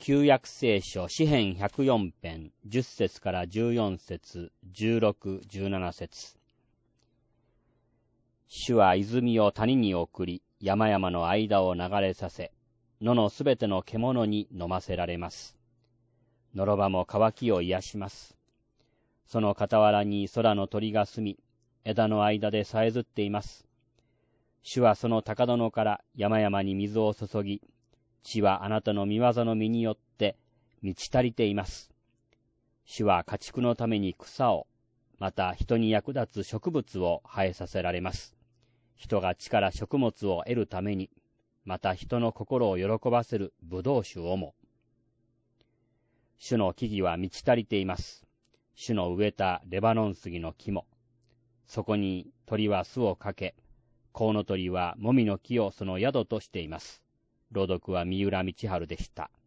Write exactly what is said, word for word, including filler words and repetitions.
旧約聖書詩編ひゃくよん編じゅっ節からじゅうよん節、じゅうろく、じゅうなな節。主は泉を谷に送り、山々の間を流れさせ、野のすべての獣に飲ませられます。のろばも渇きを癒します。その傍らに空の鳥が住み、枝の間でさえずっています。主はその高殿から山々に水を注ぎ、地はあなたの御業の実によって満ち足りています。主は家畜のために草を、また人に役立つ植物を生えさせられます。人が地から食物を得るために、また人の心を喜ばせる葡萄酒をも。主の木々は満ち足りています。主の植えたレバノン杉の木も。そこに鳥は巣をかけ、コウノトリはもみの木をその宿としています。朗読は三浦道春でした。